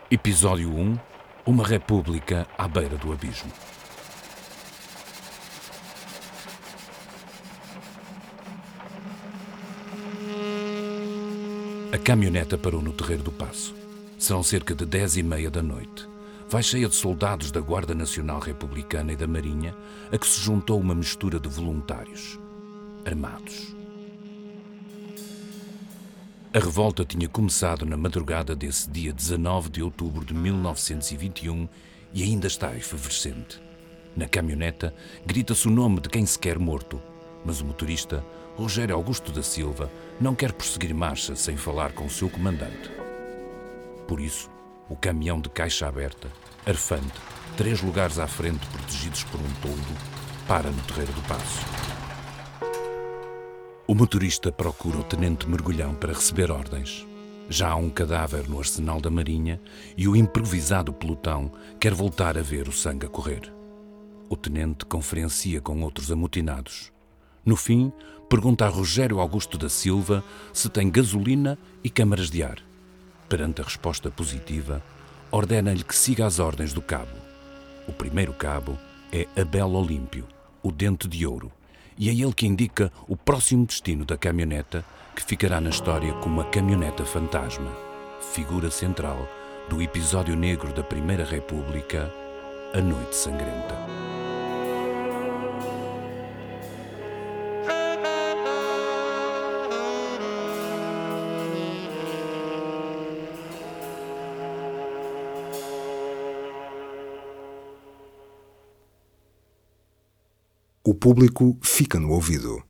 Episódio 1. Uma república à beira do abismo. A caminhoneta parou no Terreiro do Paço. São cerca de 10h30 da noite. Vai cheia de soldados da Guarda Nacional Republicana e da Marinha, a que se juntou uma mistura de voluntários, armados. A revolta tinha começado na madrugada desse dia 19 de outubro de 1921 e ainda está efervescente. Na caminhoneta grita-se o nome de quem se quer morto, mas o motorista, Rogério Augusto da Silva, não quer prosseguir marcha sem falar com o seu comandante. Por isso, o caminhão de caixa aberta, arfante, 3 lugares à frente protegidos por um toldo, para no Terreiro do Paço. O motorista procura o tenente Mergulhão para receber ordens. Já há um cadáver no arsenal da Marinha e o improvisado pelotão quer voltar a ver o sangue a correr. O tenente conferencia com outros amotinados. No fim, pergunta a Rogério Augusto da Silva se tem gasolina e câmaras de ar. Perante a resposta positiva, ordena-lhe que siga as ordens do cabo. O primeiro cabo é Abel Olímpio, o Dente de Ouro, e é ele que indica o próximo destino da caminhoneta, que ficará na história como a caminhoneta fantasma, figura central do episódio negro da Primeira República, A Noite Sangrenta. O público fica no ouvido.